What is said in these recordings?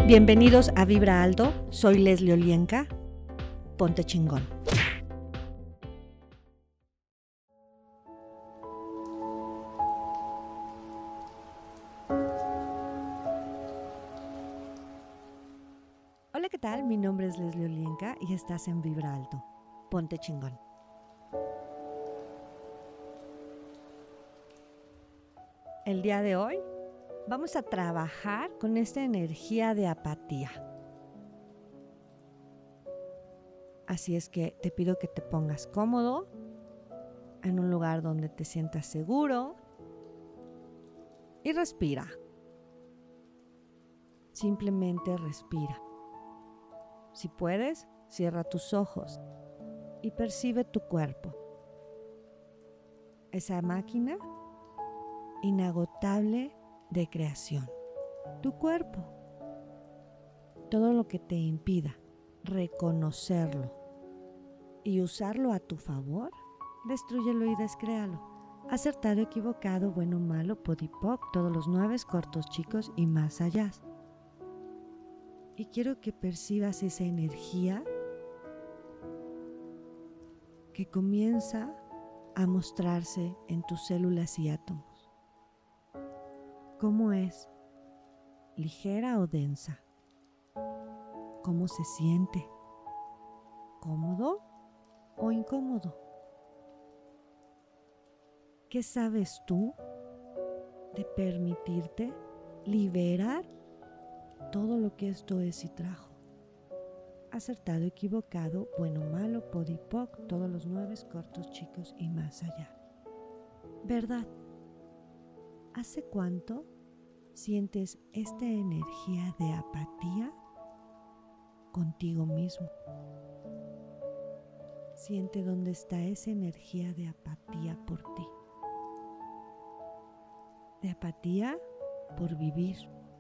Bienvenidos a Vibra Alto, soy Leslie Olienka, ponte chingón. Hola, ¿qué tal? Mi nombre es Leslie Olienka y estás en Vibra Alto, ponte chingón. El día de hoy vamos a trabajar con esta energía de apatía. Así es que te pido que te pongas cómodo, en un lugar donde te sientas seguro y respira. Simplemente respira. Si puedes, cierra tus ojos y percibe tu cuerpo. Esa máquina inagotable de creación. Tu cuerpo. Todo lo que te impida reconocerlo y usarlo a tu favor, destrúyelo y descréalo. Acertado, equivocado, bueno, malo, podipoc, todos los 9, cortos, chicos y más allá. Y quiero que percibas esa energía que comienza a mostrarse en tus células y átomos. ¿Cómo es? ¿Ligera o densa? ¿Cómo se siente? ¿Cómodo o incómodo? ¿Qué sabes tú de permitirte liberar todo lo que esto es y trajo? Acertado, equivocado, bueno, malo, podipoc, todos los 9, cortos, chicos y más allá. ¿Verdad? ¿Hace cuánto sientes esta energía de apatía contigo mismo? Siente dónde está esa energía de apatía por ti. De apatía por vivir,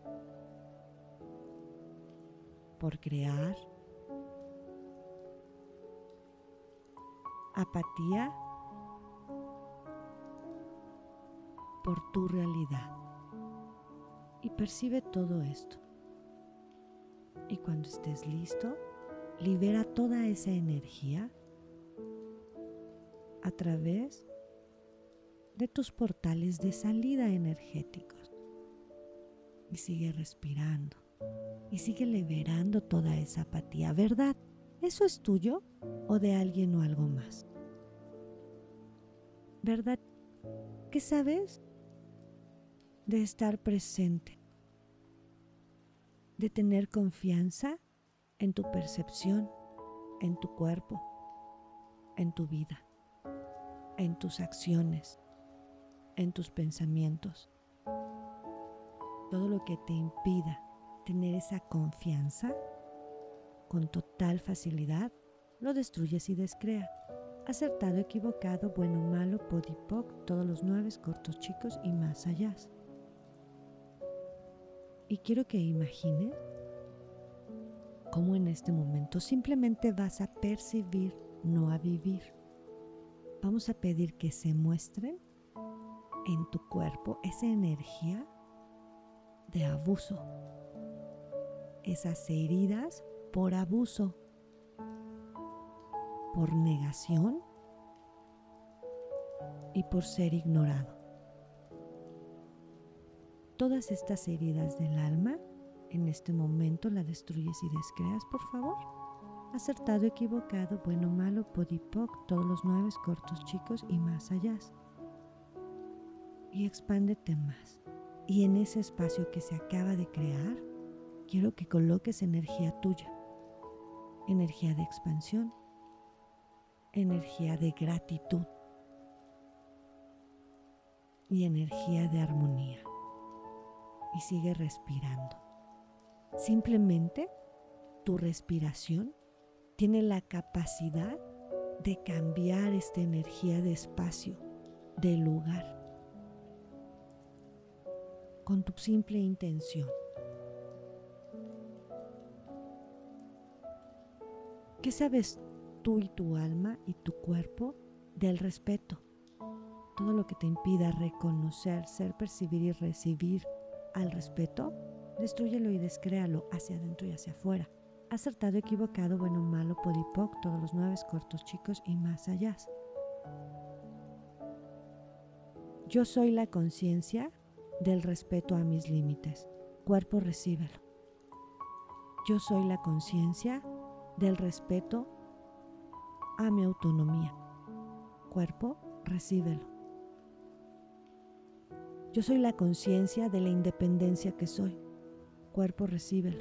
por crear. Apatía por tu realidad. Y percibe todo esto. Y cuando estés listo, libera toda esa energía a través de tus portales de salida energéticos. Y sigue respirando. Y sigue liberando toda esa apatía. ¿Verdad? ¿Eso es tuyo o de alguien o algo más? ¿Verdad? ¿Qué sabes de estar presente? De tener confianza en tu percepción, en tu cuerpo, en tu vida, en tus acciones, en tus pensamientos. Todo lo que te impida tener esa confianza, con total facilidad, lo destruyes y descreas. Acertado, equivocado, bueno, malo, podipoc, todos los 9, cortos, chicos y más allá. Y quiero que imagines cómo en este momento simplemente vas a percibir, no a vivir. Vamos a pedir que se muestre en tu cuerpo esa energía de abuso, esas heridas por abuso, por negación y por ser ignorado. Todas estas heridas del alma, en este momento la destruyes y descreas, por favor. Acertado, equivocado, bueno, malo, podipoc, todos los 9, cortos, chicos y más allá. Y expándete más. Y en ese espacio que se acaba de crear, quiero que coloques energía tuya. Energía de expansión. Energía de gratitud. Y energía de armonía. Y sigue respirando. Simplemente tu respiración tiene la capacidad de cambiar esta energía de espacio, de lugar, con tu simple intención. ¿Qué sabes tú y tu alma y tu cuerpo del respeto? Todo lo que te impida reconocer, ser, percibir y recibir al respeto, Destrúyelo y descréalo hacia adentro y hacia afuera. Acertado, equivocado, bueno, malo, podipoc, todos los 9 cortos, chicos y más allá. Yo soy la conciencia del respeto a mis límites. Cuerpo, recíbelo. Yo soy la conciencia del respeto a mi autonomía. Cuerpo, recíbelo. Yo soy la conciencia de la independencia que soy. Cuerpo, recíbelo.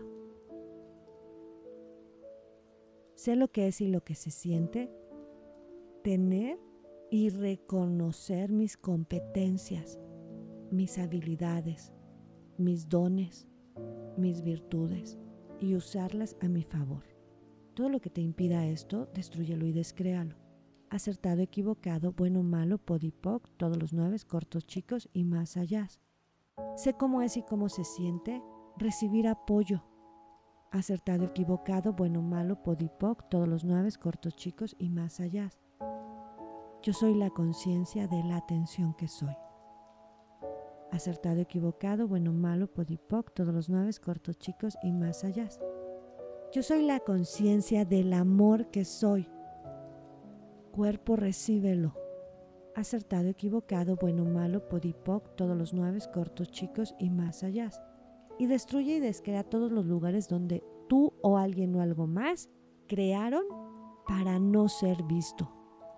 Sé lo que es y lo que se siente tener y reconocer mis competencias, mis habilidades, mis dones, mis virtudes y usarlas a mi favor. Todo lo que te impida esto, destrúyelo y descréalo. Acertado, equivocado, bueno, malo, podipoc, todos los 9 cortos, chicos y más allá. Sé cómo es y cómo se siente recibir apoyo. Acertado, equivocado, bueno, malo, podipoc, todos los 9 cortos, chicos y más allá. Yo soy la conciencia de la atención que soy. Acertado, equivocado, bueno, malo, podipoc, todos los 9 cortos, chicos y más allá. Yo soy la conciencia del amor que soy. Cuerpo, recíbelo. Acertado, equivocado, bueno, malo, podipoc, todos los 9 cortos, chicos y más allá. Y destruye y descrea todos los lugares donde tú o alguien o algo más crearon para no ser visto.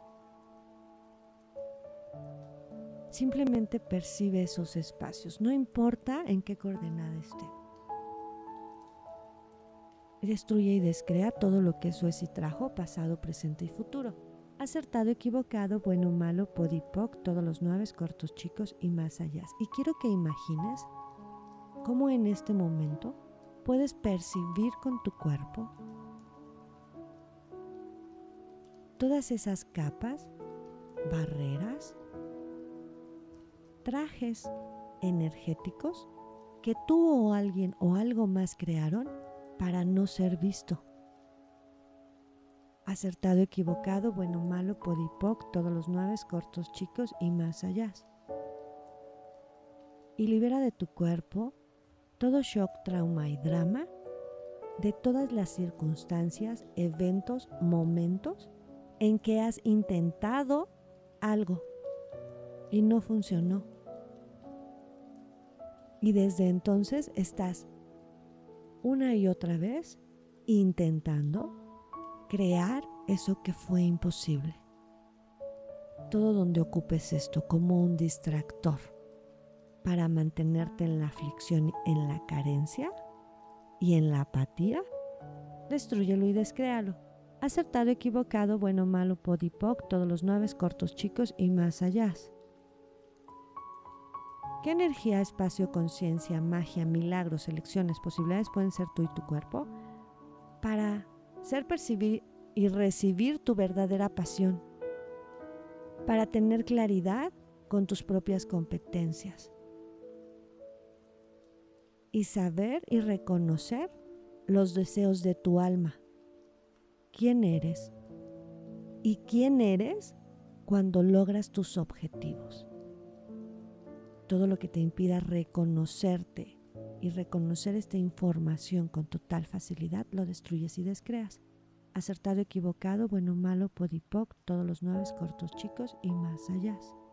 Simplemente percibe esos espacios, no importa en qué coordenada esté. Destruye y descrea todo lo que eso es y trajo, pasado, presente y futuro. Acertado, equivocado, bueno, malo, podipoc, todos los 9 cortos, chicos y más allá. Y quiero que imagines cómo en este momento puedes percibir con tu cuerpo todas esas capas, barreras, trajes energéticos que tú o alguien o algo más crearon para no ser visto. Acertado, equivocado, bueno, malo, podipoc, todos los 9 cortos, chicos y más allá. Y libera de tu cuerpo todo shock, trauma y drama de todas las circunstancias, eventos, momentos en que has intentado algo y no funcionó. Y desde entonces estás una y otra vez intentando crear eso que fue imposible. Todo donde ocupes esto como un distractor para mantenerte en la aflicción, en la carencia y en la apatía, destrúyelo y descréalo. Acertado, equivocado, bueno, malo, podipoc, todos los 9 cortos, chicos y más allá. ¿Qué energía, espacio, conciencia, magia, milagros, elecciones, posibilidades pueden ser tú y tu cuerpo para ser, percibir y recibir tu verdadera pasión? Para tener claridad con tus propias competencias y saber y reconocer los deseos de tu alma. ¿Quién eres? ¿Y quién eres cuando logras tus objetivos? Todo lo que te impida reconocerte y reconocer esta información con total facilidad, lo destruyes y descreas. Acertado, equivocado, bueno, malo, podipoc, todos los 9 cortos, chicos y más allá.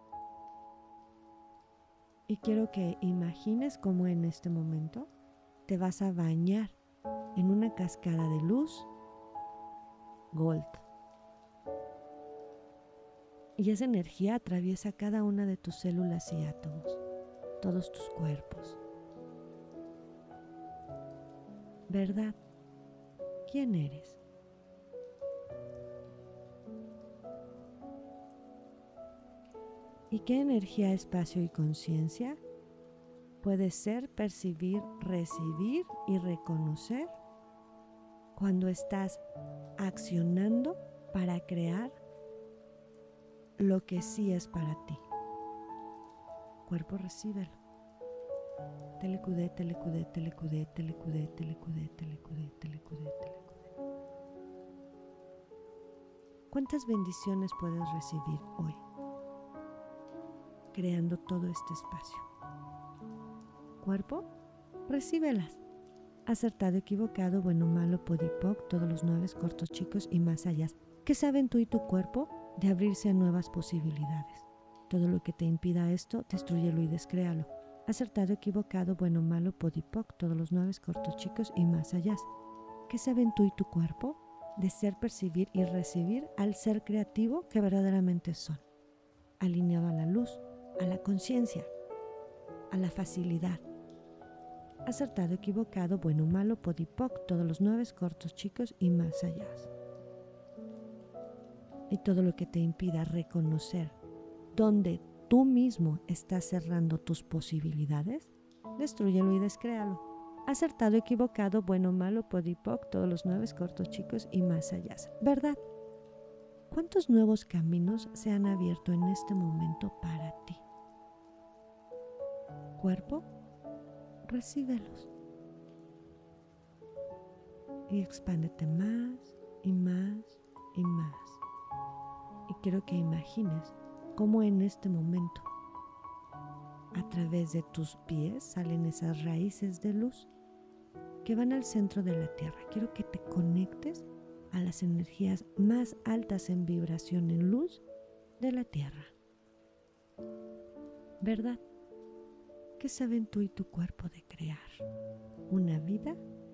Y quiero que imagines cómo en este momento te vas a bañar en una cascada de luz gold. Y esa energía atraviesa cada una de tus células y átomos, todos tus cuerpos. ¿Verdad? ¿Quién eres? ¿Y qué energía, espacio y conciencia puedes ser, percibir, recibir y reconocer cuando estás accionando para crear lo que sí es para ti? Cuerpo, recíbelo. Telecudé, telecudé, telecudé, telecudé, telecudé, telecudé, telecudé, telecudé. ¿Cuántas bendiciones puedes recibir hoy creando todo este espacio? Cuerpo, recíbelas. Acertado, equivocado, bueno, malo, podipoc, todos los 9 cortos, chicos y más allá. ¿Qué saben tú y tu cuerpo de abrirse a nuevas posibilidades? Todo lo que te impida esto, destrúyelo y descréalo. Acertado, equivocado, bueno, malo, podipoc, todos los 9 cortos, chicos y más allá. ¿Qué saben tú y tu cuerpo de ser, percibir y recibir al ser creativo que verdaderamente son? Alineado a la luz, a la conciencia, a la facilidad. Acertado, equivocado, bueno, malo, podipoc, todos los 9 cortos, chicos y más allá. Y todo lo que te impida reconocer dónde tú mismo estás cerrando tus posibilidades, destrúyelo y descréalo. Acertado, equivocado, bueno, malo, podipoc, todos los 9 cortos, chicos y más allá. ¿Verdad? ¿Cuántos nuevos caminos se han abierto en este momento para ti? Cuerpo, recíbelos. Y expándete más y más y más. Y quiero que imagines cómo en este momento, a través de tus pies, salen esas raíces de luz que van al centro de la tierra. Quiero que te conectes a las energías más altas en vibración, en luz de la tierra. ¿Verdad? ¿Qué saben tú y tu cuerpo de crear una vida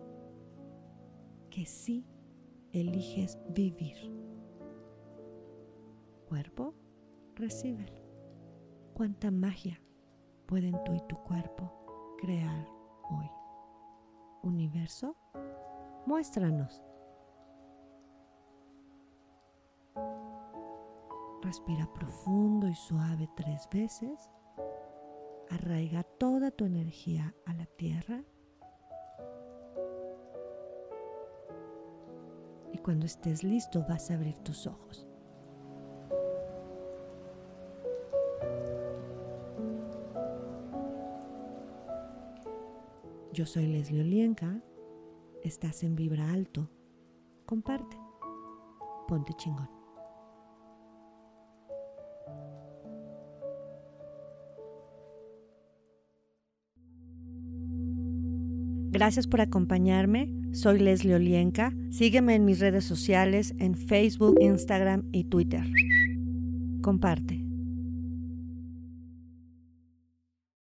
que sí eliges vivir? Cuerpo, recíbelo. ¿Cuánta magia pueden tú y tu cuerpo crear hoy? Universo, muéstranos. Respira profundo y suave 3 veces. Arraiga toda tu energía a la tierra. Y cuando estés listo vas a abrir tus ojos. Yo soy Leslie Olienka. Estás en Vibra Alto. Comparte. Ponte chingón. Gracias por acompañarme. Soy Leslie Olienka. Sígueme en mis redes sociales en Facebook, Instagram y Twitter. Comparte.